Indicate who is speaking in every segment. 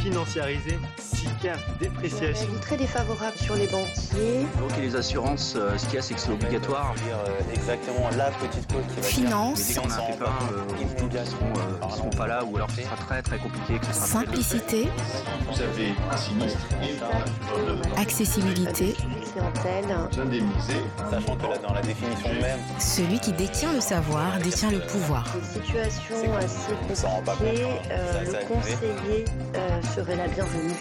Speaker 1: financiarisé, SICAV, dépréciation.
Speaker 2: Un avis très défavorable sur les banquiers.
Speaker 3: Donc les assurances, ce qu'il y a, c'est que c'est obligatoire.
Speaker 4: Exactement la petite cause qui va
Speaker 5: Finance.
Speaker 3: Mais dès qu'on a un pépin, ils seront pas là, ou alors ce sera très très compliqué. Que ce sera
Speaker 5: Simplicité.
Speaker 6: Vous avez un sinistre et
Speaker 5: Accessibilité.
Speaker 2: Clientèle.
Speaker 6: indemnisé.
Speaker 4: Sachant que là, dans la définition même,
Speaker 5: Celui qui détient le savoir détient le pouvoir.
Speaker 2: Des situations assez
Speaker 4: on s'en rend pas compte,
Speaker 2: compliquées,
Speaker 4: hein. Ça
Speaker 2: le
Speaker 4: arrivé.
Speaker 2: conseiller serait la bienvenue.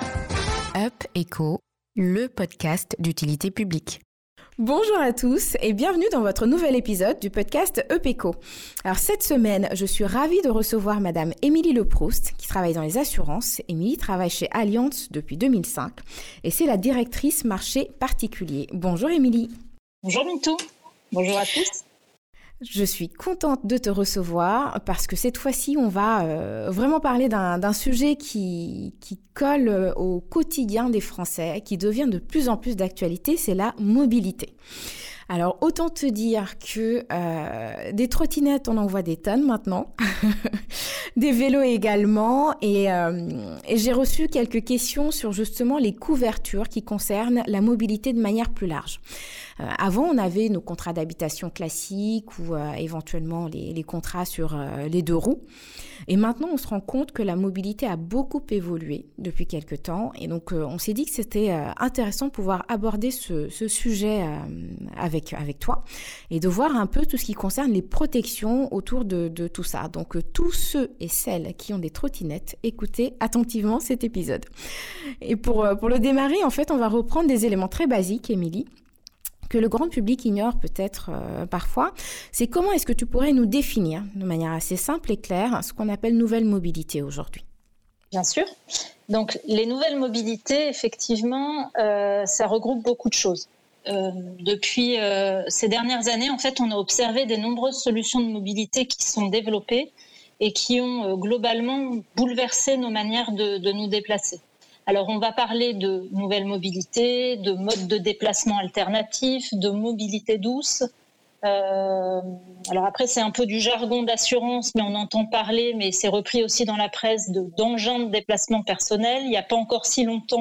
Speaker 5: Up Echo, le podcast d'utilité publique. Bonjour à tous et bienvenue dans votre nouvel épisode du podcast Up Echo. Alors cette semaine, je suis ravie de recevoir Madame Émilie Leproust qui travaille dans les assurances. Émilie travaille chez Allianz depuis 2005 et c'est la directrice marché particulier. Bonjour Émilie.
Speaker 7: Bonjour Mintou, bonjour à tous.
Speaker 5: Je suis contente de te recevoir parce que cette fois-ci, on va vraiment parler d'un sujet qui colle au quotidien des Français, qui devient de plus en plus d'actualité, c'est la mobilité. Alors, autant te dire que des trottinettes, on en voit des tonnes maintenant, des vélos également, et j'ai reçu quelques questions sur justement les couvertures qui concernent la mobilité de manière plus large. Avant, on avait nos contrats d'habitation classiques ou éventuellement les contrats sur les deux roues. Et maintenant, on se rend compte que la mobilité a beaucoup évolué depuis quelques temps. Et donc, on s'est dit que c'était intéressant de pouvoir aborder ce sujet avec toi et de voir un peu tout ce qui concerne les protections autour de tout ça. Donc, tous ceux et celles qui ont des trottinettes, écoutez attentivement cet épisode. Et pour le démarrer, en fait, on va reprendre des éléments très basiques, Émilie, que le grand public ignore peut-être parfois, c'est comment est-ce que tu pourrais nous définir de manière assez simple et claire ce qu'on appelle nouvelle mobilité aujourd'hui?
Speaker 7: Bien sûr. Donc les nouvelles mobilités, effectivement, ça regroupe beaucoup de choses. Depuis ces dernières années, en fait, on a observé des nombreuses solutions de mobilité qui sont développées et qui ont globalement bouleversé nos manières de nous déplacer. Alors, on va parler de nouvelles mobilités, de modes de déplacement alternatifs, de mobilité douce. Alors après, c'est un peu du jargon d'assurance, mais on entend parler, mais c'est repris aussi dans la presse, d'engins de déplacement personnel. Il n'y a pas encore si longtemps,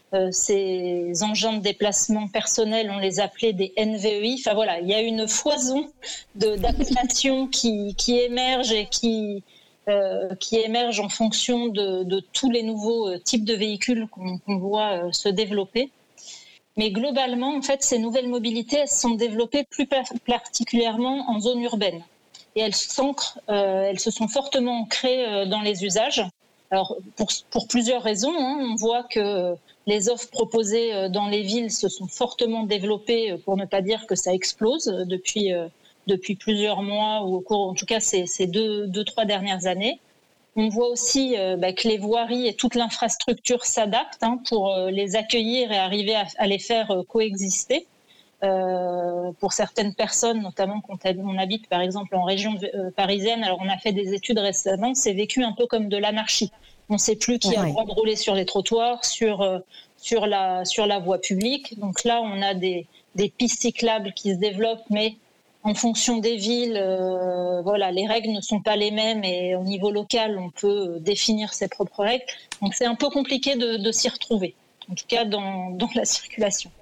Speaker 7: ces engins de déplacement personnel, on les appelait des NVEI. Enfin voilà, il y a une foison d'appellations qui émergent et qui émergent en fonction de tous les nouveaux types de véhicules qu'on voit se développer. Mais globalement, en fait, ces nouvelles mobilités, elles se sont développées plus particulièrement en zone urbaine. Et elles se sont fortement ancrées dans les usages. Alors, pour plusieurs raisons, hein. On voit que les offres proposées dans les villes se sont fortement développées, pour ne pas dire que ça explose depuis plusieurs mois ou au cours, en tout cas, ces 2-3 dernières années. On voit aussi que les voiries et toute l'infrastructure s'adaptent pour les accueillir et arriver à les faire coexister. Pour certaines personnes, notamment quand on habite par exemple en région parisienne, alors on a fait des études récemment, c'est vécu un peu comme de l'anarchie. On ne sait plus qui a le droit de rouler sur les trottoirs, sur la voie publique. Donc là, on a des pistes cyclables qui se développent, mais en fonction des villes, les règles ne sont pas les mêmes et au niveau local, on peut définir ses propres règles. Donc c'est un peu compliqué de s'y retrouver, en tout cas dans la circulation.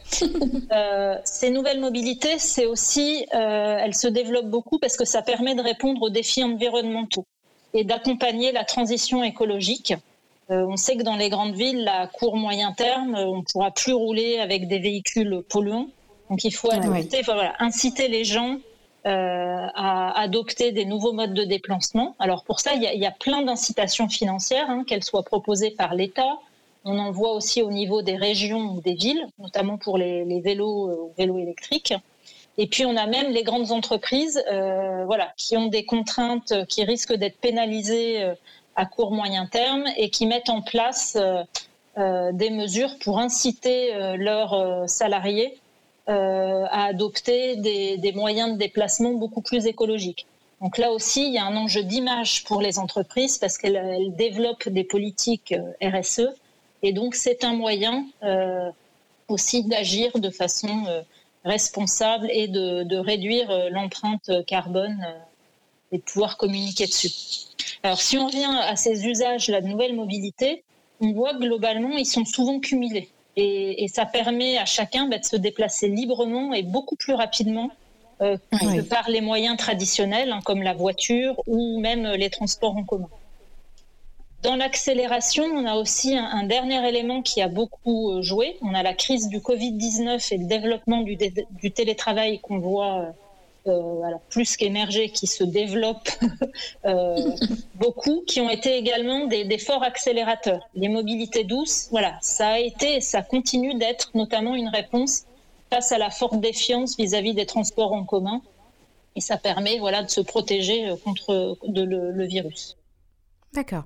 Speaker 7: Ces nouvelles mobilités, c'est aussi, elles se développent beaucoup parce que ça permet de répondre aux défis environnementaux et d'accompagner la transition écologique. On sait que dans les grandes villes, à court moyen terme, on ne pourra plus rouler avec des véhicules polluants. Donc il faut inciter les gens à adopter des nouveaux modes de déplacement. Alors pour ça, il y a plein d'incitations financières, qu'elles soient proposées par l'État. On en voit aussi au niveau des régions ou des villes, notamment pour les vélos électriques. Et puis on a même les grandes entreprises qui ont des contraintes qui risquent d'être pénalisées à court moyen terme et qui mettent en place des mesures pour inciter leurs salariés à adopter des moyens de déplacement beaucoup plus écologiques. Donc là aussi, il y a un enjeu d'image pour les entreprises parce qu'elles développent des politiques RSE et donc c'est un moyen aussi d'agir de façon responsable et de réduire l'empreinte carbone et de pouvoir communiquer dessus. Alors si on revient à ces usages, la nouvelle mobilité, on voit que globalement, ils sont souvent cumulés. Et ça permet à chacun de se déplacer librement et beaucoup plus rapidement que par les moyens traditionnels, comme la voiture ou même les transports en commun. Dans l'accélération, on a aussi un dernier élément qui a beaucoup joué. On a la crise du Covid-19 et le développement du télétravail qu'on voit alors plus qu'émerger, qui se développe beaucoup, qui ont été également des forts accélérateurs. Les mobilités douces, ça a été et ça continue d'être notamment une réponse face à la forte défiance vis-à-vis des transports en commun. Et ça permet de se protéger contre le virus.
Speaker 5: D'accord.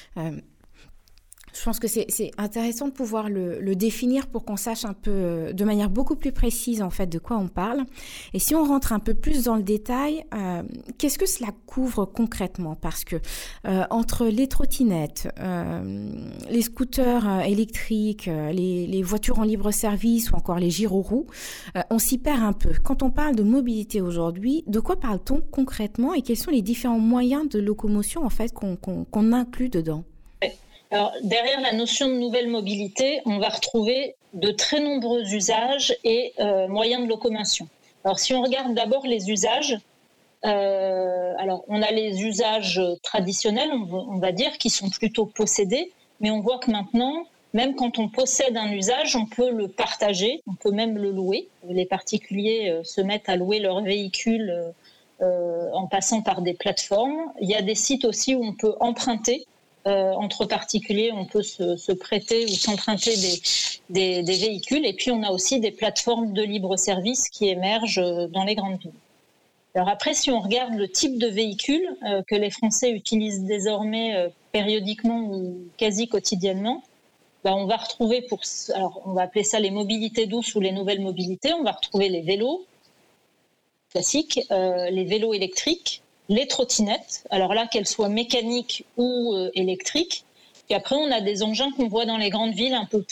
Speaker 5: Je pense que c'est intéressant de pouvoir le définir pour qu'on sache un peu, de manière beaucoup plus précise en fait, de quoi on parle. Et si on rentre un peu plus dans le détail, qu'est-ce que cela couvre concrètement ? Parce que entre les trottinettes, les scooters électriques, les voitures en libre service ou encore les gyroroues, on s'y perd un peu. Quand on parle de mobilité aujourd'hui, de quoi parle-t-on concrètement et quels sont les différents moyens de locomotion en fait qu'on inclut dedans ?
Speaker 7: Alors, derrière la notion de nouvelle mobilité, on va retrouver de très nombreux usages et moyens de locomotion. Alors, si on regarde d'abord les usages, alors on a les usages traditionnels, on va dire, qui sont plutôt possédés, mais on voit que maintenant, même quand on possède un usage, on peut le partager, on peut même le louer. Les particuliers se mettent à louer leur véhicule en passant par des plateformes. Il y a des sites aussi où on peut emprunter. Entre particuliers, on peut se prêter ou s'emprunter des véhicules. Et puis, on a aussi des plateformes de libre-service qui émergent dans les grandes villes. Alors après, si on regarde le type de véhicule que les Français utilisent désormais périodiquement ou quasi quotidiennement, on va retrouver, alors on va appeler ça les mobilités douces ou les nouvelles mobilités, on va retrouver les vélos classiques, les vélos électriques, les trottinettes, alors là, qu'elles soient mécaniques ou électriques. Puis après, on a des engins qu'on voit dans les grandes villes un peu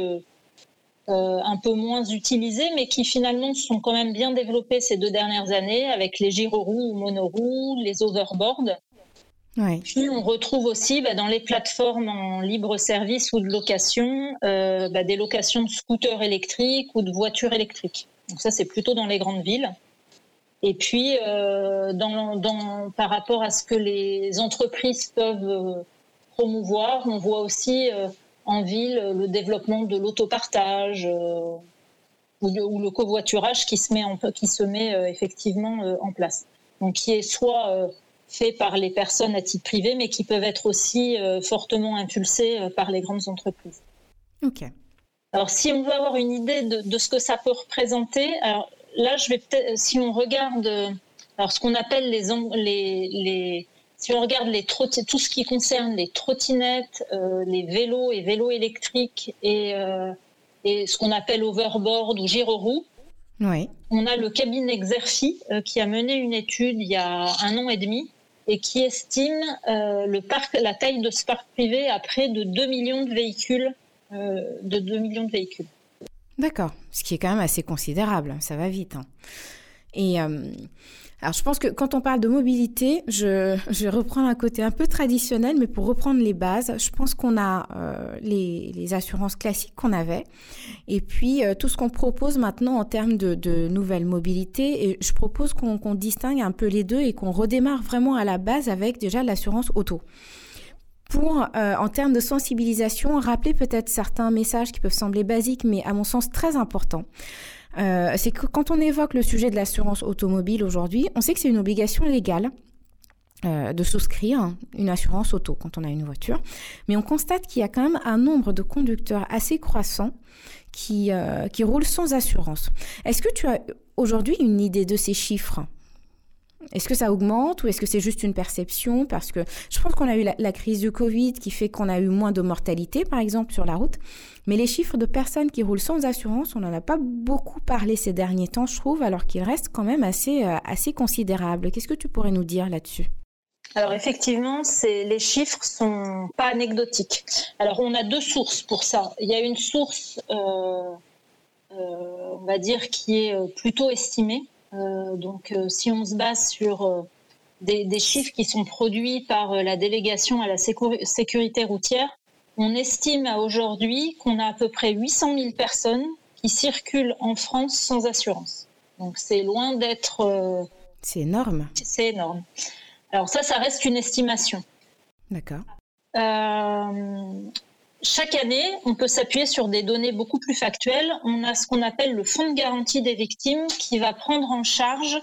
Speaker 7: moins utilisés, mais qui finalement sont quand même bien développés ces 2 dernières années avec les gyroroues ou monoroues, les overboards.
Speaker 5: Ouais.
Speaker 7: Puis on retrouve aussi dans les plateformes en libre service ou de location, des locations de scooters électriques ou de voitures électriques. Donc ça, c'est plutôt dans les grandes villes. Et puis, par rapport à ce que les entreprises peuvent promouvoir, on voit aussi en ville le développement de l'autopartage ou le covoiturage qui se met effectivement en place. Donc, qui est soit fait par les personnes à titre privé, mais qui peuvent être aussi fortement impulsés par les grandes entreprises.
Speaker 5: Ok.
Speaker 7: Alors, si on veut avoir une idée de ce que ça peut représenter, alors, là, je vais peut-être, si on regarde, alors ce qu'on appelle si on regarde tout ce qui concerne les trottinettes, les vélos et vélos électriques et ce qu'on appelle overboard ou gyroroues, on a le cabinet Xerfi qui a mené une étude il y a 1 an et demi et qui estime la taille de ce parc privé à près de 2 millions de véhicules.
Speaker 5: D'accord, ce qui est quand même assez considérable, ça va vite. Et alors je pense que quand on parle de mobilité, je vais reprendre un côté un peu traditionnel, mais pour reprendre les bases, je pense qu'on a les assurances classiques qu'on avait, et puis tout ce qu'on propose maintenant en termes de nouvelles mobilités, et je propose qu'on distingue un peu les deux et qu'on redémarre vraiment à la base avec déjà l'assurance auto. Pour, en termes de sensibilisation, rappeler peut-être certains messages qui peuvent sembler basiques, mais à mon sens très importants. C'est que quand on évoque le sujet de l'assurance automobile aujourd'hui, on sait que c'est une obligation légale de souscrire une assurance auto quand on a une voiture. Mais on constate qu'il y a quand même un nombre de conducteurs assez croissant qui roulent sans assurance. Est-ce que tu as aujourd'hui une idée de ces chiffres ? Est-ce que ça augmente ou est-ce que c'est juste une perception ? Parce que je pense qu'on a eu la crise du Covid qui fait qu'on a eu moins de mortalité, par exemple, sur la route. Mais les chiffres de personnes qui roulent sans assurance, on n'en a pas beaucoup parlé ces derniers temps, je trouve, alors qu'ils restent quand même assez considérables. Qu'est-ce que tu pourrais nous dire là-dessus ?
Speaker 7: Alors effectivement, les chiffres sont pas anecdotiques. Alors on a 2 sources pour ça. Il y a une source, on va dire, qui est plutôt estimée. Donc, si on se base sur des chiffres qui sont produits par la délégation à la sécurité routière, on estime à aujourd'hui qu'on a à peu près 800 000 personnes qui circulent en France sans assurance. Donc c'est loin d'être...
Speaker 5: C'est énorme.
Speaker 7: C'est énorme. Alors ça reste une estimation.
Speaker 5: D'accord.
Speaker 7: Chaque année, on peut s'appuyer sur des données beaucoup plus factuelles. On a ce qu'on appelle le fonds de garantie des victimes qui va prendre en charge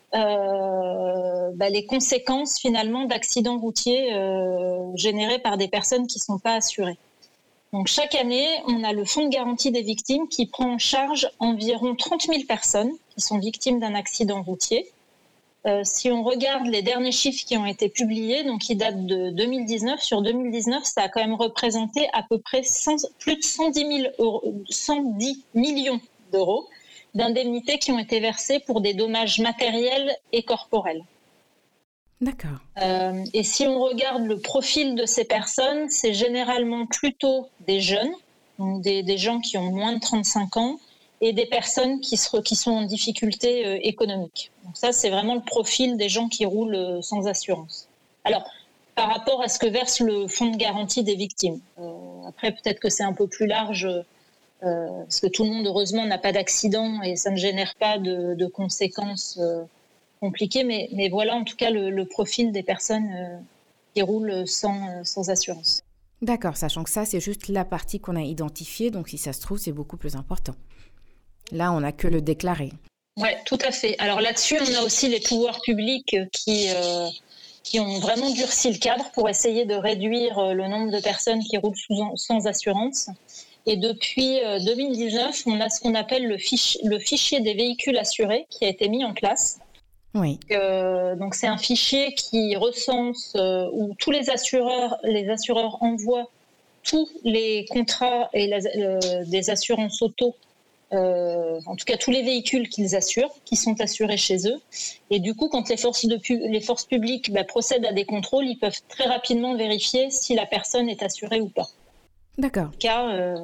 Speaker 7: les conséquences finalement d'accidents routiers générés par des personnes qui ne sont pas assurées. Donc chaque année, on a le fonds de garantie des victimes qui prend en charge environ 30 000 personnes qui sont victimes d'un accident routier. Si on regarde les derniers chiffres qui ont été publiés, donc qui datent de 2019, sur 2019, ça a quand même représenté à peu près plus de 110 millions d'euros d'indemnités qui ont été versées pour des dommages matériels et corporels.
Speaker 5: D'accord.
Speaker 7: Et si on regarde le profil de ces personnes, c'est généralement plutôt des jeunes, donc des gens qui ont moins de 35 ans, et des personnes qui sont en difficulté économique. Donc ça, c'est vraiment le profil des gens qui roulent sans assurance. Alors, par rapport à ce que verse le fonds de garantie des victimes. Après, peut-être que c'est un peu plus large, parce que tout le monde, heureusement, n'a pas d'accident et ça ne génère pas de conséquences compliquées. Mais voilà, en tout cas, le profil des personnes qui roulent sans assurance.
Speaker 5: D'accord, sachant que ça, c'est juste la partie qu'on a identifiée. Donc, si ça se trouve, c'est beaucoup plus important. Là, on n'a que le déclaré.
Speaker 7: Oui, tout à fait. Alors là-dessus, on a aussi les pouvoirs publics qui ont vraiment durci le cadre pour essayer de réduire le nombre de personnes qui roulent sans assurance. Et depuis 2019, on a ce qu'on appelle le fichier des véhicules assurés qui a été mis en place.
Speaker 5: Oui.
Speaker 7: Donc c'est un fichier qui recense où tous les assureurs envoient tous les contrats et des assurances auto. En tout cas tous les véhicules qu'ils assurent, qui sont assurés chez eux. Et du coup, quand les forces publiques procèdent à des contrôles, ils peuvent très rapidement vérifier si la personne est assurée ou pas.
Speaker 5: D'accord.
Speaker 7: En tout cas,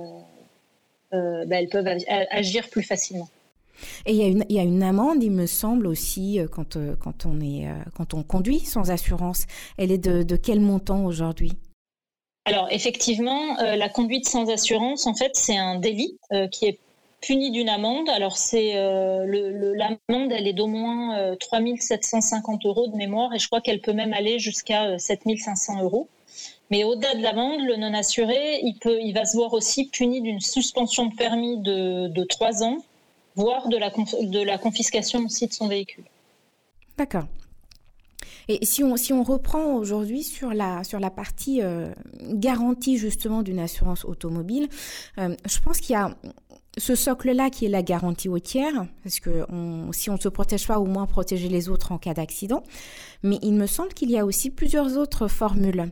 Speaker 7: elles peuvent agir plus facilement.
Speaker 5: Et il y a une amende, il me semble aussi, quand on conduit sans assurance. Elle est de quel montant aujourd'hui ?
Speaker 7: Alors effectivement, la conduite sans assurance, en fait, c'est un délit qui est puni d'une amende. Alors l'amende, elle est d'au moins 3 750 € de mémoire et je crois qu'elle peut même aller jusqu'à 7 500 €. Mais au-delà de l'amende, le non-assuré, il va se voir aussi puni d'une suspension de permis de 3 ans, voire de la confiscation aussi de son véhicule.
Speaker 5: D'accord. Et si on reprend aujourd'hui sur la partie garantie justement d'une assurance automobile, je pense qu'il y a ce socle-là qui est la garantie routière, parce que si on ne se protège pas, au moins protéger les autres en cas d'accident. Mais il me semble qu'il y a aussi plusieurs autres formules.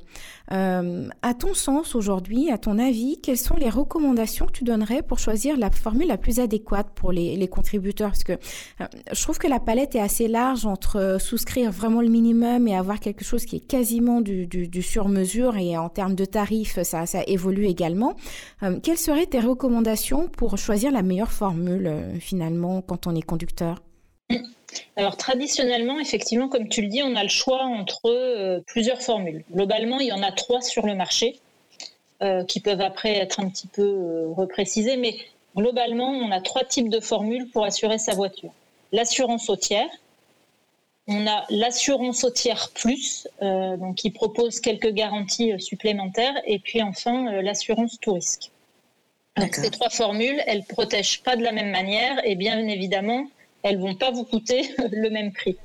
Speaker 5: À ton sens aujourd'hui, à ton avis, quelles sont les recommandations que tu donnerais pour choisir la formule la plus adéquate pour les contributeurs ? Parce que je trouve que la palette est assez large entre souscrire vraiment le minimum et avoir quelque chose qui est quasiment du sur-mesure, et en termes de tarifs, ça évolue également. Quelles seraient tes recommandations pour choisir la meilleure formule finalement quand on est conducteur ?
Speaker 7: Alors traditionnellement, effectivement, comme tu le dis, on a le choix entre plusieurs formules. Globalement, il y en a 3 sur le marché qui peuvent après être un petit peu reprécisées, mais globalement, on a 3 types de formules pour assurer sa voiture. L'assurance routière, on a l'assurance routière plus, donc qui propose quelques garanties supplémentaires, et puis enfin l'assurance tout risque. Donc, ces 3 formules, elles ne protègent pas de la même manière et bien évidemment, elles ne vont pas vous coûter le même prix.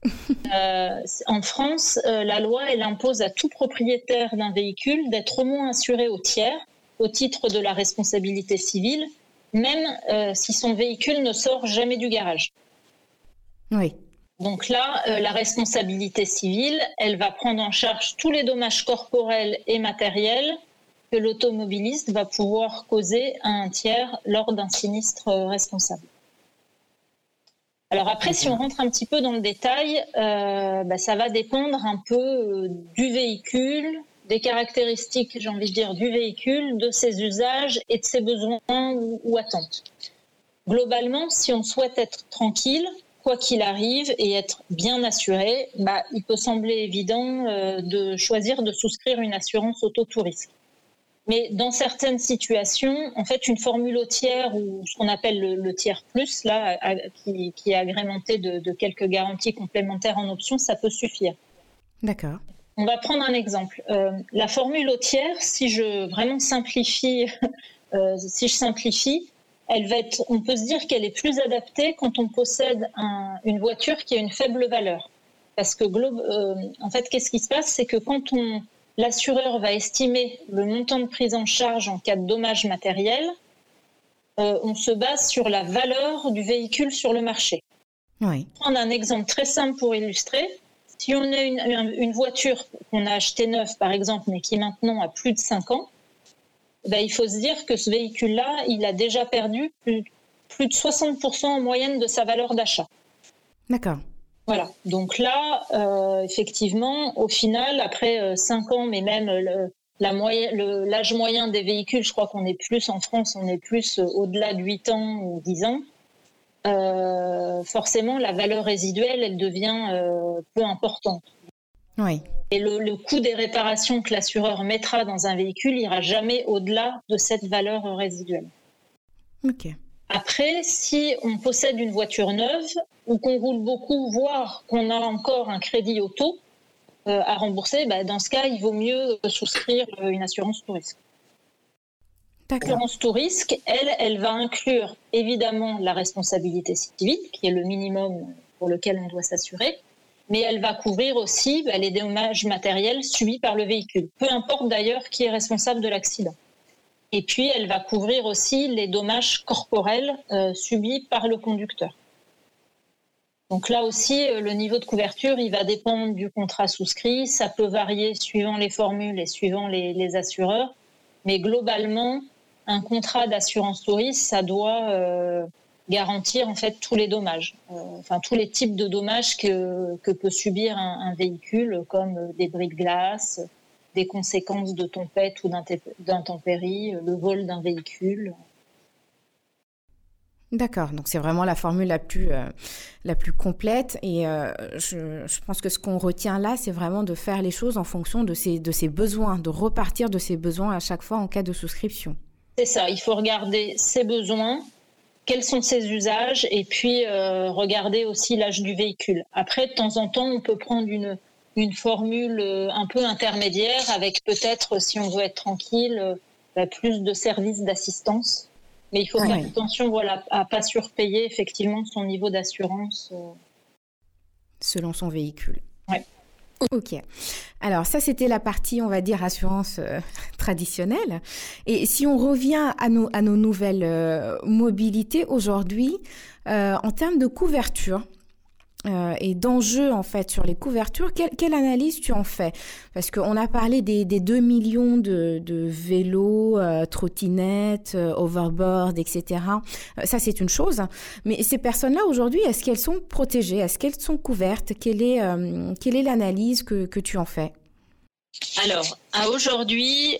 Speaker 7: En France, la loi, elle impose à tout propriétaire d'un véhicule d'être au moins assuré au tiers, au titre de la responsabilité civile, même si son véhicule ne sort jamais du garage.
Speaker 5: Oui.
Speaker 7: Donc là, la responsabilité civile, elle va prendre en charge tous les dommages corporels et matériels que l'automobiliste va pouvoir causer à un tiers lors d'un sinistre responsable. Alors après, si on rentre un petit peu dans le détail, ça va dépendre un peu du véhicule, des caractéristiques, j'ai envie de dire, du véhicule, de ses usages et de ses besoins ou attentes. Globalement, si on souhaite être tranquille, quoi qu'il arrive, et être bien assuré, il peut sembler évident de choisir de souscrire une assurance auto-tout risque. Mais dans certaines situations, en fait, une formule au tiers ou ce qu'on appelle le tiers plus, là, qui est agrémenté de quelques garanties complémentaires en option, ça peut suffire.
Speaker 5: D'accord.
Speaker 7: On va prendre un exemple. La formule au tiers, si je vraiment simplifie, on peut se dire qu'elle est plus adaptée quand on possède une voiture qui a une faible valeur. Parce que en fait, qu'est-ce qui se passe, c'est que quand l'assureur va estimer le montant de prise en charge en cas de dommages matériels, on se base sur la valeur du véhicule sur le marché.
Speaker 5: Oui.
Speaker 7: Je vais prendre un exemple très simple pour illustrer. Si on a une voiture qu'on a achetée neuve, par exemple, mais qui maintenant a plus de 5 ans, il faut se dire que ce véhicule-là, il a déjà perdu plus de 60% en moyenne de sa valeur d'achat.
Speaker 5: D'accord.
Speaker 7: Voilà. Donc là, effectivement, au final, après 5 ans, mais même l'âge moyen des véhicules, je crois qu'on est plus en France, on est plus au-delà de 8 ans ou 10 ans. Forcément, la valeur résiduelle, elle devient peu importante.
Speaker 5: Oui.
Speaker 7: Et le coût des réparations que l'assureur mettra dans un véhicule n'ira jamais au-delà de cette valeur résiduelle.
Speaker 5: Ok.
Speaker 7: Après, si on possède une voiture neuve ou qu'on roule beaucoup, voire qu'on a encore un crédit auto à rembourser, dans ce cas, il vaut mieux souscrire une assurance tout risque.
Speaker 5: D'accord.
Speaker 7: L'assurance tout risque, elle va inclure évidemment la responsabilité civile, qui est le minimum pour lequel on doit s'assurer, mais elle va couvrir aussi les dommages matériels subis par le véhicule, peu importe d'ailleurs qui est responsable de l'accident. Et puis, elle va couvrir aussi les dommages corporels subis par le conducteur. Donc là aussi, le niveau de couverture, il va dépendre du contrat souscrit. Ça peut varier suivant les formules et suivant les assureurs. Mais globalement, un contrat d'assurance tout risque, ça doit garantir en fait tous les dommages, tous les types de dommages que peut subir un véhicule, comme des bris de glace, des conséquences de tempête ou d'intempéries, le vol d'un véhicule.
Speaker 5: D'accord, donc c'est vraiment la formule la plus complète et je pense que ce qu'on retient là, c'est vraiment de faire les choses en fonction de ses besoins, de repartir de ses besoins à chaque fois en cas de souscription. C'est
Speaker 7: ça, il faut regarder ses besoins, quels sont ses usages et puis regarder aussi l'âge du véhicule. Après, de temps en temps, on peut prendre une formule un peu intermédiaire avec peut-être, si on veut être tranquille, plus de services d'assistance. Mais il faut faire attention à ne pas surpayer effectivement son niveau d'assurance.
Speaker 5: Selon son véhicule.
Speaker 7: Oui.
Speaker 5: Ok. Alors ça, c'était la partie, on va dire, assurance traditionnelle. Et si on revient à nos nouvelles mobilités aujourd'hui, en termes de couverture, et d'enjeux en fait sur les couvertures, quelle analyse tu en fais? Parce qu'on a parlé des 2 millions de vélos, trottinettes, overboard, etc. Ça c'est une chose, mais ces personnes-là aujourd'hui, est-ce qu'elles sont protégées? Est-ce qu'elles sont couvertes? Quelle est l'analyse que tu en fais?
Speaker 7: Alors, à aujourd'hui,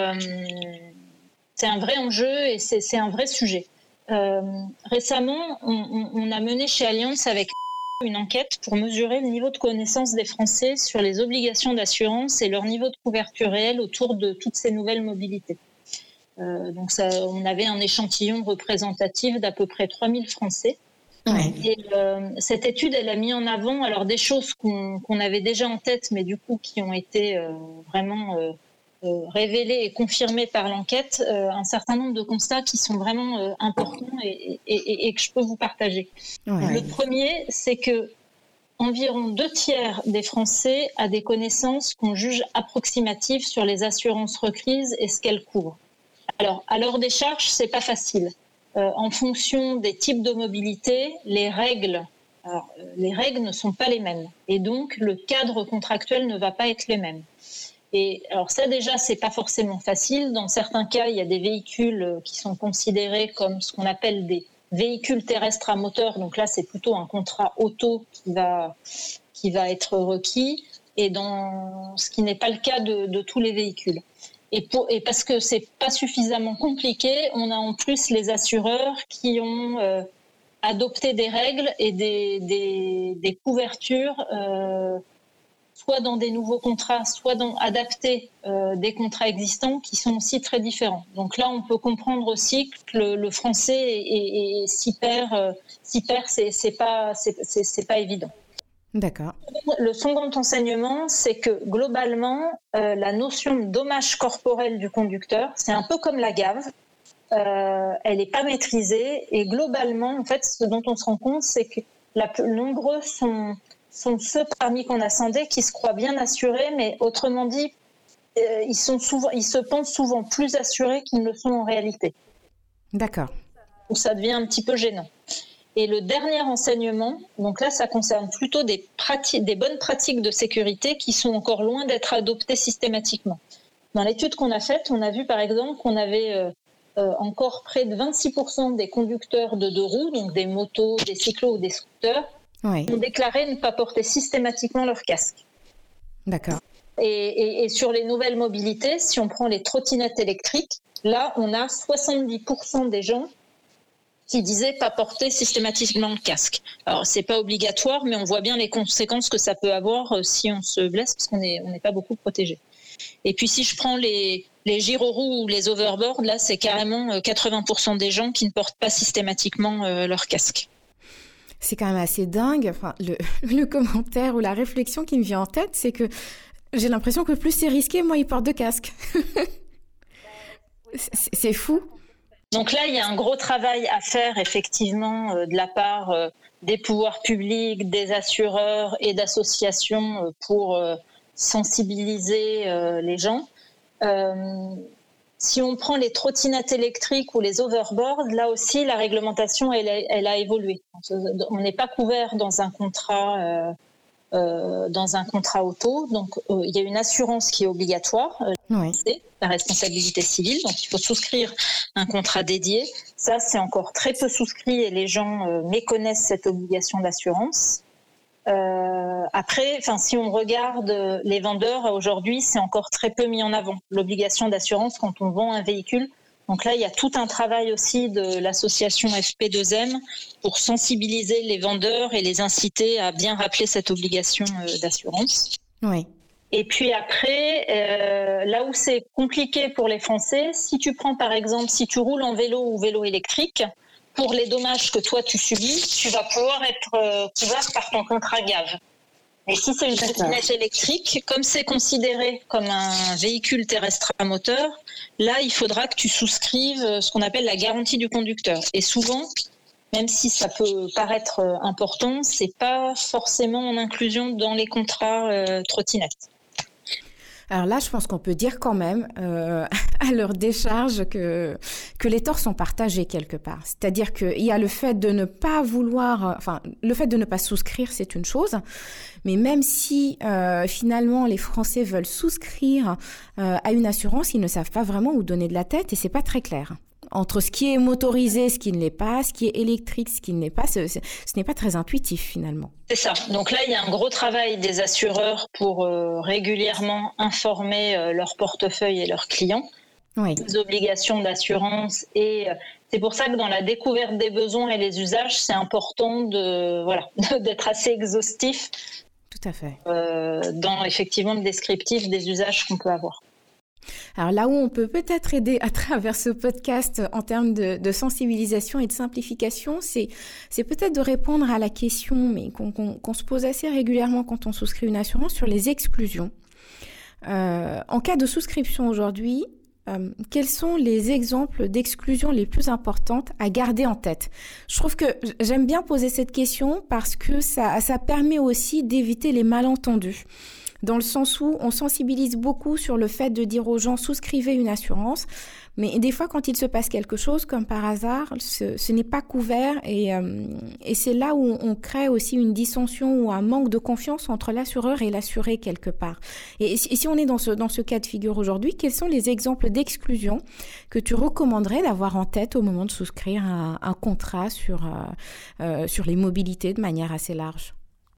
Speaker 7: c'est un vrai enjeu et c'est un vrai sujet. Récemment, on a mené chez Allianz avec une enquête pour mesurer le niveau de connaissance des Français sur les obligations d'assurance et leur niveau de couverture réelle autour de toutes ces nouvelles mobilités. Donc on avait un échantillon représentatif d'à peu près 3000 Français. Ouais. Et cette étude, elle a mis en avant alors des choses qu'on avait déjà en tête, mais du coup qui ont été vraiment révélées et confirmées par l'enquête, un certain nombre de constats qui sont vraiment importants et que je peux vous partager. Ouais. Le premier, c'est que environ 2/3 des Français a des connaissances qu'on juge approximatives sur les assurances requises et ce qu'elles couvrent. Alors, à leur décharge, c'est pas facile. En fonction des types de mobilité, les règles ne sont pas les mêmes. Et donc, le cadre contractuel ne va pas être les mêmes. Et alors ça, déjà, c'est pas forcément facile. Dans certains cas, il y a des véhicules qui sont considérés comme ce qu'on appelle des véhicules terrestres à moteur. Donc là, c'est plutôt un contrat auto qui va être requis. Et dans ce qui n'est pas le cas de tous les véhicules. Et parce que c'est pas suffisamment compliqué, on a en plus les assureurs qui ont adopté des règles et des couvertures soit dans des nouveaux contrats, soit adapter des contrats existants qui sont aussi très différents. Donc là, on peut comprendre aussi que le français s'y perd, c'est pas évident.
Speaker 5: D'accord.
Speaker 7: Le second enseignement, c'est que globalement, la notion de dommage corporel du conducteur, c'est un peu comme la gave. Elle n'est pas maîtrisée et globalement, en fait, ce dont on se rend compte, c'est que nombreux sont ceux parmi qu'on a sondés qui se croient bien assurés, mais autrement dit, ils se pensent souvent plus assurés qu'ils ne le sont en réalité.
Speaker 5: D'accord.
Speaker 7: Donc ça devient un petit peu gênant. Et le dernier enseignement, donc là, ça concerne plutôt des bonnes pratiques de sécurité qui sont encore loin d'être adoptées systématiquement. Dans l'étude qu'on a faite, on a vu par exemple qu'on avait encore près de 26% des conducteurs de deux roues, donc des motos, des cyclos ou des scooters,
Speaker 5: Oui.
Speaker 7: ont déclaré ne pas porter systématiquement leur casque.
Speaker 5: D'accord.
Speaker 7: Et sur les nouvelles mobilités, si on prend les trottinettes électriques, là, on a 70% des gens qui disaient pas porter systématiquement le casque. Alors, c'est pas obligatoire, mais on voit bien les conséquences que ça peut avoir si on se blesse, parce qu'on n'est pas beaucoup protégé. Et puis, si je prends les gyroroues ou les overboards, là, c'est carrément 80% des gens qui ne portent pas systématiquement leur casque.
Speaker 5: C'est quand même assez dingue. Enfin, le commentaire ou la réflexion qui me vient en tête, c'est que j'ai l'impression que plus c'est risqué, moins ils portent de casque. C'est fou.
Speaker 7: Donc là, il y a un gros travail à faire, effectivement, de la part des pouvoirs publics, des assureurs et d'associations pour sensibiliser les gens. Si on prend les trottinettes électriques ou les overboards, là aussi, la réglementation, elle a évolué. On n'est pas couvert dans un contrat auto. Donc, il y a une assurance qui est obligatoire,
Speaker 5: Oui.
Speaker 7: c'est la responsabilité civile. Donc, il faut souscrire un contrat dédié. Ça, c'est encore très peu souscrit et les gens méconnaissent cette obligation d'assurance. Après, si on regarde les vendeurs, aujourd'hui, c'est encore très peu mis en avant, l'obligation d'assurance quand on vend un véhicule. Donc là, il y a tout un travail aussi de l'association FP2M pour sensibiliser les vendeurs et les inciter à bien rappeler cette obligation d'assurance.
Speaker 5: Oui.
Speaker 7: Et puis après, là où c'est compliqué pour les Français, si tu prends par exemple, si tu roules en vélo ou vélo électrique, pour les dommages que toi tu subis, tu vas pouvoir être couvert par ton contrat gave. Et si c'est une trottinette électrique, comme c'est considéré comme un véhicule terrestre à moteur, là, il faudra que tu souscrives ce qu'on appelle la garantie du conducteur. Et souvent, même si ça peut paraître important, c'est pas forcément en inclusion dans les contrats trottinettes.
Speaker 5: Alors là, je pense qu'on peut dire quand même, à leur décharge, que les torts sont partagés quelque part. C'est-à-dire qu'il y a le fait de ne pas vouloir, le fait de ne pas souscrire, c'est une chose. Mais même si finalement les Français veulent souscrire à une assurance, ils ne savent pas vraiment où donner de la tête et c'est pas très clair. Entre ce qui est motorisé, ce qui ne l'est pas, ce qui est électrique, ce qui ne l'est pas, ce n'est pas très intuitif finalement.
Speaker 7: C'est ça. Donc là, il y a un gros travail des assureurs pour régulièrement informer leur portefeuille et leurs clients des obligations d'assurance. Et c'est pour ça que dans la découverte des besoins et les usages, c'est important d'être assez exhaustif.
Speaker 5: Tout à fait.
Speaker 7: Dans effectivement le descriptif des usages qu'on peut avoir.
Speaker 5: Alors là où on peut peut-être aider à travers ce podcast en termes de sensibilisation et de simplification, c'est peut-être de répondre à la question mais qu'on se pose assez régulièrement quand on souscrit une assurance sur les exclusions. En cas de souscription aujourd'hui, quels sont les exemples d'exclusions les plus importantes à garder en tête ? Je trouve que j'aime bien poser cette question parce que ça permet aussi d'éviter les malentendus. Dans le sens où on sensibilise beaucoup sur le fait de dire aux gens souscrivez une assurance, mais des fois quand il se passe quelque chose, comme par hasard, ce n'est pas couvert et c'est là où on crée aussi une dissension ou un manque de confiance entre l'assureur et l'assuré quelque part. Et si on est dans ce cas de figure aujourd'hui, quels sont les exemples d'exclusion que tu recommanderais d'avoir en tête au moment de souscrire un contrat sur les mobilités de manière assez large ?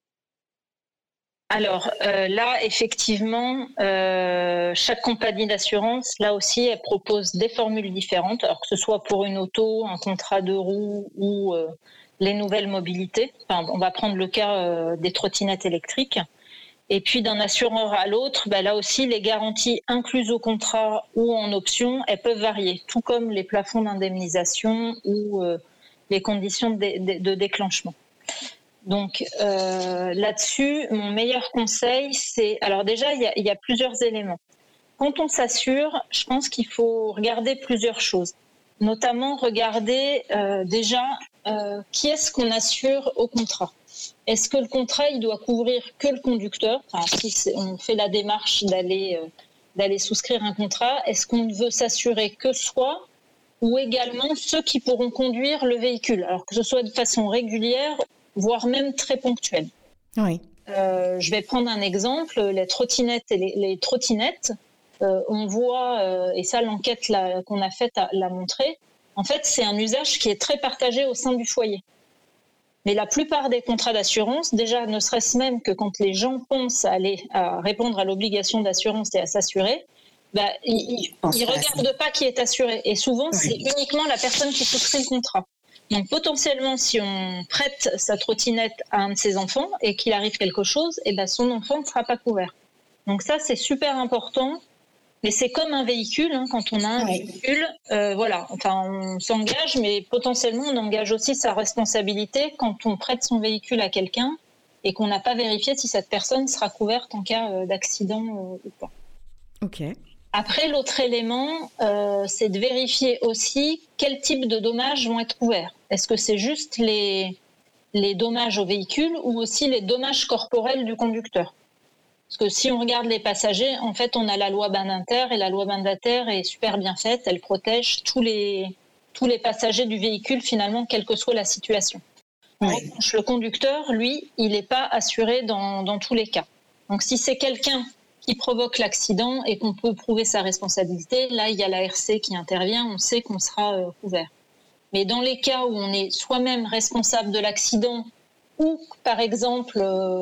Speaker 7: Alors là, effectivement, chaque compagnie d'assurance, là aussi, elle propose des formules différentes, alors que ce soit pour une auto, un contrat de roues ou les nouvelles mobilités. Enfin, on va prendre le cas des trottinettes électriques. Et puis d'un assureur à l'autre, là aussi, les garanties incluses au contrat ou en option, elles peuvent varier, tout comme les plafonds d'indemnisation ou les conditions de déclenchement. Donc là-dessus, mon meilleur conseil, c'est... Alors déjà, il y a plusieurs éléments. Quand on s'assure, je pense qu'il faut regarder plusieurs choses. Notamment regarder déjà qui est-ce qu'on assure au contrat. Est-ce que le contrat, il doit couvrir que le conducteur ? Enfin, si on fait la démarche d'aller souscrire un contrat, est-ce qu'on veut s'assurer que soi ou également ceux qui pourront conduire le véhicule ? Alors que ce soit de façon régulière, voire même très ponctuelle.
Speaker 5: Oui.
Speaker 7: Je vais prendre un exemple, les trottinettes et les trottinettes. On voit, et ça l'enquête qu'on a faite l'a montré, en fait c'est un usage qui est très partagé au sein du foyer. Mais la plupart des contrats d'assurance, déjà ne serait-ce même que quand les gens pensent à répondre à l'obligation d'assurance et à s'assurer, ils ne regardent pas qui est assuré. Et souvent c'est uniquement la personne qui souscrit le contrat. Donc potentiellement si on prête sa trottinette à un de ses enfants et qu'il arrive quelque chose, son enfant ne sera pas couvert. Donc ça c'est super important. Mais c'est comme un véhicule, quand on a un véhicule, on s'engage, mais potentiellement on engage aussi sa responsabilité quand on prête son véhicule à quelqu'un et qu'on n'a pas vérifié si cette personne sera couverte en cas d'accident ou pas.
Speaker 5: Ok.
Speaker 7: Après, l'autre élément, c'est de vérifier aussi quel type de dommages vont être couverts. Est-ce que c'est juste les dommages au véhicule ou aussi les dommages corporels du conducteur ? Parce que si on regarde les passagers, en fait, on a la loi Badinter et la loi Badinter est super bien faite. Elle protège tous les passagers du véhicule, finalement, quelle que soit la situation. En revanche, le conducteur, lui, il n'est pas assuré dans tous les cas. Donc, si c'est quelqu'un qui provoque l'accident et qu'on peut prouver sa responsabilité, là, il y a l'ARC qui intervient, on sait qu'on sera couvert. Mais dans les cas où on est soi-même responsable de l'accident, ou par exemple,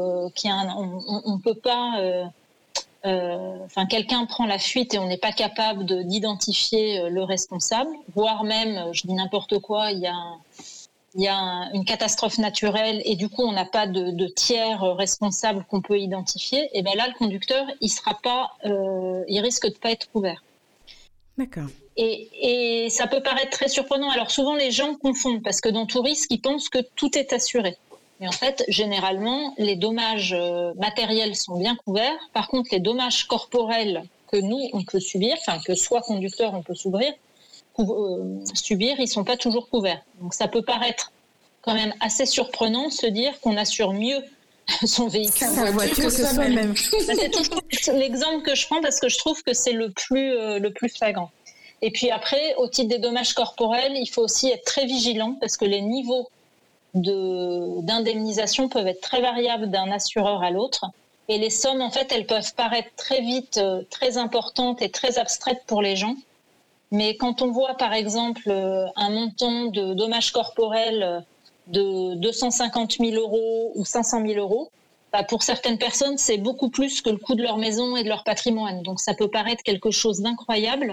Speaker 7: on peut pas, quelqu'un prend la fuite et on n'est pas capable d'identifier le responsable, voire même, je dis n'importe quoi, il y a une catastrophe naturelle et du coup on n'a pas de tiers responsable qu'on peut identifier. Et là le conducteur il risque de pas être couvert.
Speaker 5: D'accord.
Speaker 7: Et ça peut paraître très surprenant. Alors souvent les gens confondent parce que dans tout risque ils pensent que tout est assuré. Mais en fait, généralement, les dommages matériels sont bien couverts. Par contre, les dommages corporels que nous, on peut subir, que soit conducteur, on peut subir, ils ne sont pas toujours couverts. Donc, ça peut paraître quand même assez surprenant de se dire qu'on assure mieux son véhicule.
Speaker 5: Sa voiture que soi-même.
Speaker 7: C'est toujours l'exemple que je prends parce que je trouve que c'est le plus flagrant. Et puis après, au titre des dommages corporels, il faut aussi être très vigilant parce que les niveaux d'indemnisation peuvent être très variables d'un assureur à l'autre et les sommes en fait elles peuvent paraître très vite très importantes et très abstraites pour les gens, mais quand on voit par exemple un montant de dommages corporels de 250 000 € ou 500 000 €, pour certaines personnes c'est beaucoup plus que le coût de leur maison et de leur patrimoine, donc ça peut paraître quelque chose d'incroyable,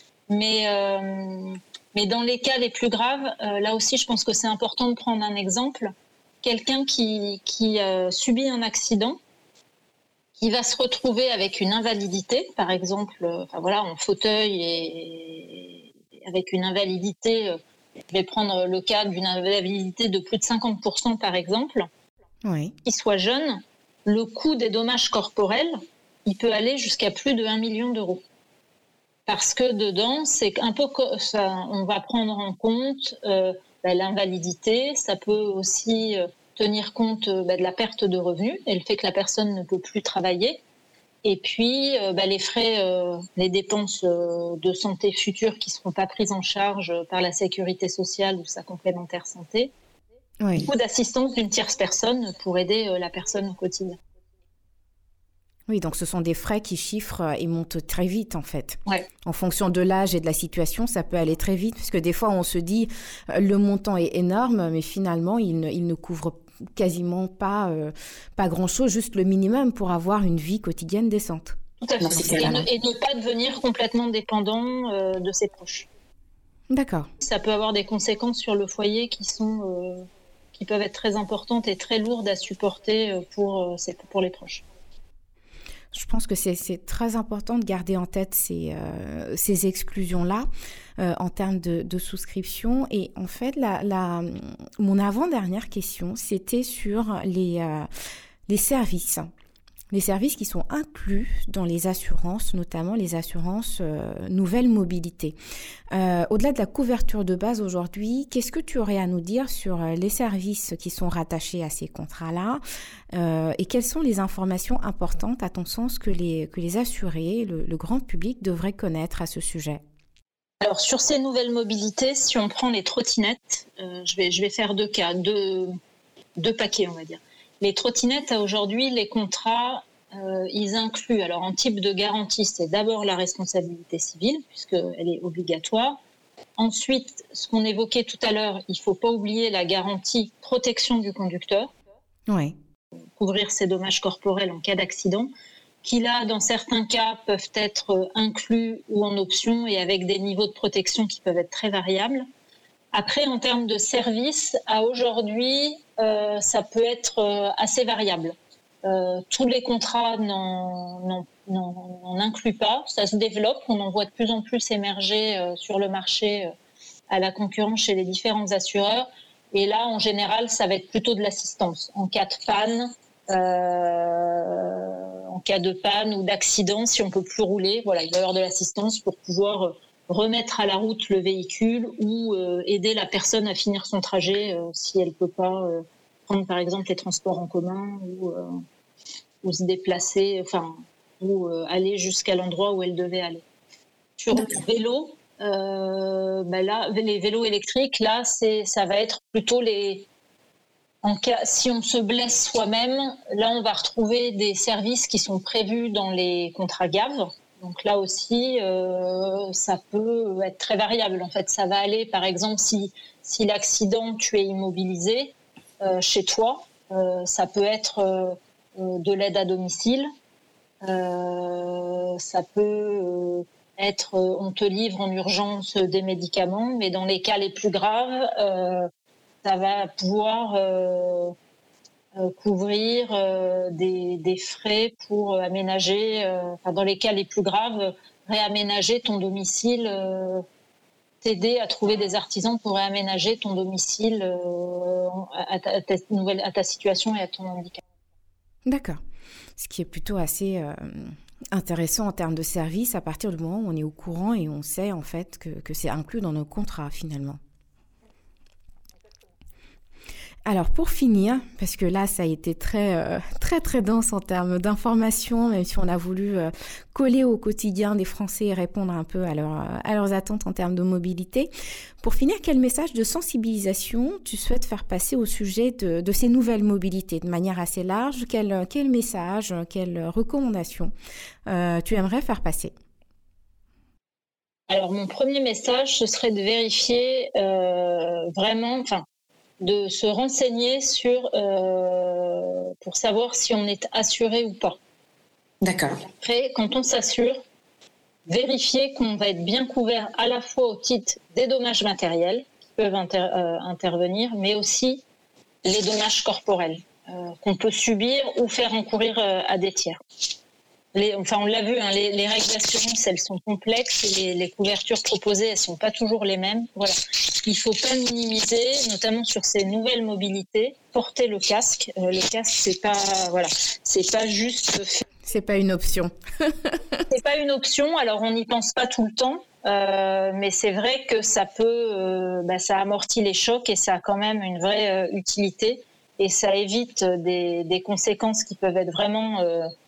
Speaker 7: mais dans les cas les plus graves, là aussi, je pense que c'est important de prendre un exemple. Quelqu'un qui subit un accident, qui va se retrouver avec une invalidité, par exemple, en fauteuil et avec une invalidité, je vais prendre le cas d'une invalidité de plus de 50% par exemple, qui soit jeune, le coût des dommages corporels, il peut aller jusqu'à plus de 1 million d'euros. Parce que dedans, c'est un peu ça, on va prendre en compte l'invalidité, ça peut aussi tenir compte de la perte de revenus et le fait que la personne ne peut plus travailler. Et puis les frais, les dépenses de santé futures qui ne seront pas prises en charge par la sécurité sociale ou sa complémentaire santé. Oui. Ou d'assistance d'une tierce personne pour aider la personne au quotidien.
Speaker 5: Oui, donc ce sont des frais qui chiffrent et montent très vite en fait.
Speaker 7: Ouais.
Speaker 5: En fonction de l'âge et de la situation, ça peut aller très vite parce que des fois on se dit le montant est énorme, mais finalement il ne couvre quasiment pas grand-chose, juste le minimum pour avoir une vie quotidienne décente.
Speaker 7: Tout à fait. Et ne pas devenir complètement dépendant de ses proches.
Speaker 5: D'accord.
Speaker 7: Ça peut avoir des conséquences sur le foyer qui peuvent être très importantes et très lourdes à supporter pour les proches.
Speaker 5: Je pense que c'est très important de garder en tête ces exclusions-là en termes de souscription. Et en fait, mon avant-dernière question, c'était sur les services. Les services qui sont inclus dans les assurances, notamment les assurances nouvelle mobilité. Au-delà de la couverture de base aujourd'hui, qu'est-ce que tu aurais à nous dire sur les services qui sont rattachés à ces contrats-là et quelles sont les informations importantes, à ton sens, que les assurés, le grand public devraient connaître à ce sujet?
Speaker 7: Alors, sur ces nouvelles mobilités, si on prend les trottinettes, je vais faire deux cas, deux paquets, on va dire. Les trottinettes, aujourd'hui, les contrats, ils incluent, alors en type de garantie, c'est d'abord la responsabilité civile, puisqu'elle est obligatoire. Ensuite, ce qu'on évoquait tout à l'heure, il ne faut pas oublier la garantie protection du conducteur.
Speaker 5: Oui.
Speaker 7: Couvrir ses dommages corporels en cas d'accident, qui là, dans certains cas, peuvent être inclus ou en option et avec des niveaux de protection qui peuvent être très variables. Après, en termes de services, à aujourd'hui, ça peut être assez variable. Tous les contrats n'en incluent pas. Ça se développe. On en voit de plus en plus émerger sur le marché à la concurrence chez les différents assureurs. Et là, en général, ça va être plutôt de l'assistance. En cas de panne, ou d'accident, si on ne peut plus rouler, voilà, il va y avoir de l'assistance pour pouvoir remettre à la route le véhicule ou aider la personne à finir son trajet si elle ne peut pas prendre par exemple les transports en commun ou se déplacer, ou aller jusqu'à l'endroit où elle devait aller. Sur le vélo, là, les vélos électriques, là, ça va être plutôt si on se blesse soi-même, là on va retrouver des services qui sont prévus dans les contrats GAV. Donc là aussi, ça peut être très variable. En fait, ça va aller, par exemple, si l'accident, tu es immobilisé chez toi, ça peut être de l'aide à domicile. Ça peut être, on te livre en urgence des médicaments, mais dans les cas les plus graves, ça va pouvoir couvrir des frais pour aménager, dans les cas les plus graves, réaménager ton domicile, t'aider à trouver des artisans pour réaménager ton domicile à ta situation et à ton handicap.
Speaker 5: D'accord. Ce qui est plutôt assez intéressant en termes de service à partir du moment où on est au courant et on sait en fait que c'est inclus dans nos contrats finalement. Alors pour finir, parce que là ça a été très dense en termes d'informations, même si on a voulu coller au quotidien des Français et répondre un peu à leurs attentes en termes de mobilité. Pour finir, quel message de sensibilisation tu souhaites faire passer au sujet de ces nouvelles mobilités de manière assez large? Quel message, quelle recommandation tu aimerais faire passer?
Speaker 7: Alors mon premier message, ce serait de vérifier vraiment, de se renseigner pour savoir si on est assuré ou pas.
Speaker 8: D'accord.
Speaker 7: Après, quand on s'assure, vérifier qu'on va être bien couvert à la fois au titre des dommages matériels qui peuvent intervenir, mais aussi les dommages corporels qu'on peut subir ou faire encourir à des tiers. On l'a vu, les règles d'assurance, elles sont complexes et les couvertures proposées, elles ne sont pas toujours les mêmes. Voilà. Il ne faut pas minimiser, notamment sur ces nouvelles mobilités, porter le casque. Le casque, c'est pas juste...
Speaker 5: C'est pas une option.
Speaker 7: C'est pas une option, alors on n'y pense pas tout le temps, mais c'est vrai que ça peut... ça amortit les chocs et ça a quand même une vraie utilité et ça évite des conséquences qui peuvent être vraiment...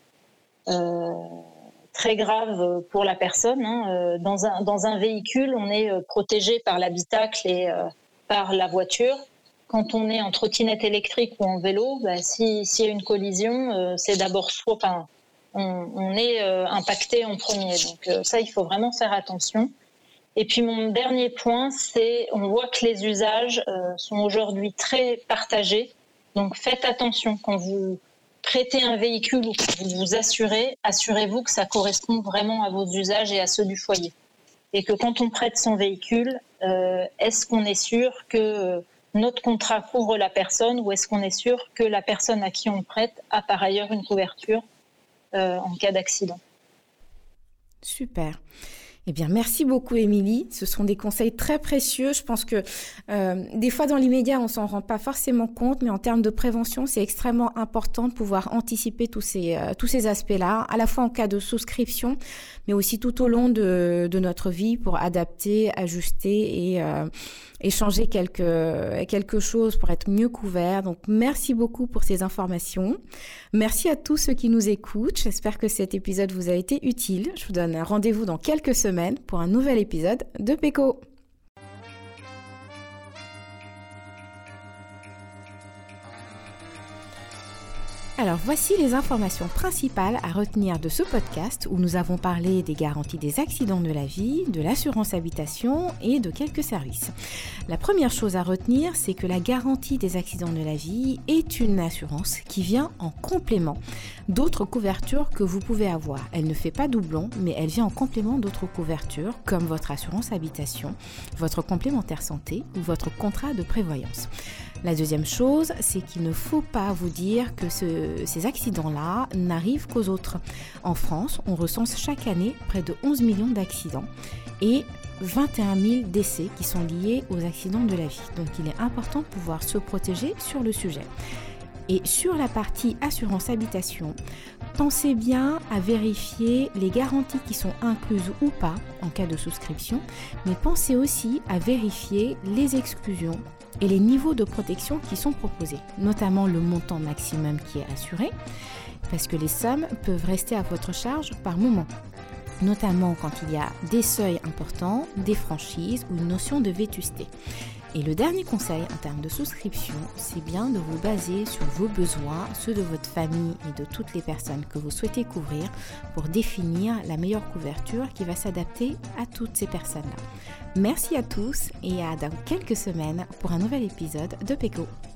Speaker 7: très grave pour la personne. Dans un véhicule, on est protégé par l'habitacle et par la voiture. Quand on est en trottinette électrique ou en vélo, s'il y a une collision, c'est d'abord on est impacté en premier. Donc ça, il faut vraiment faire attention. Et puis mon dernier point, c'est on voit que les usages sont aujourd'hui très partagés. Donc faites attention quand vous prêtez un véhicule ou que vous vous assurez-vous que ça correspond vraiment à vos usages et à ceux du foyer. Et que quand on prête son véhicule, est-ce qu'on est sûr que notre contrat couvre la personne ou est-ce qu'on est sûr que la personne à qui on prête a par ailleurs une couverture en cas d'accident.
Speaker 5: Super. Eh bien, merci beaucoup, Émilie. Ce sont des conseils très précieux. Je pense que des fois, dans l'immédiat, on ne s'en rend pas forcément compte, mais en termes de prévention, c'est extrêmement important de pouvoir anticiper tous ces aspects-là, à la fois en cas de souscription, mais aussi tout au long de notre vie pour adapter, ajuster et changer quelque chose pour être mieux couvert. Donc, merci beaucoup pour ces informations. Merci à tous ceux qui nous écoutent. J'espère que cet épisode vous a été utile. Je vous donne rendez-vous dans quelques semaines pour un nouvel épisode de PECO. Alors voici les informations principales à retenir de ce podcast où nous avons parlé des garanties des accidents de la vie, de l'assurance habitation et de quelques services. La première chose à retenir, c'est que la garantie des accidents de la vie est une assurance qui vient en complément d'autres couvertures que vous pouvez avoir. Elle ne fait pas doublon, mais elle vient en complément d'autres couvertures comme votre assurance habitation, votre complémentaire santé ou votre contrat de prévoyance. La deuxième chose, c'est qu'il ne faut pas vous dire que ces accidents-là n'arrivent qu'aux autres. En France, on recense chaque année près de 11 millions d'accidents et 21 000 décès qui sont liés aux accidents de la vie. Donc il est important de pouvoir se protéger sur le sujet. Et sur la partie assurance habitation, pensez bien à vérifier les garanties qui sont incluses ou pas en cas de souscription, mais pensez aussi à vérifier les exclusions et les niveaux de protection qui sont proposés, notamment le montant maximum qui est assuré, parce que les sommes peuvent rester à votre charge par moment, notamment quand il y a des seuils importants, des franchises ou une notion de vétusté. Et le dernier conseil en termes de souscription, c'est bien de vous baser sur vos besoins, ceux de votre famille et de toutes les personnes que vous souhaitez couvrir pour définir la meilleure couverture qui va s'adapter à toutes ces personnes-là. Merci à tous et à dans quelques semaines pour un nouvel épisode de PECO.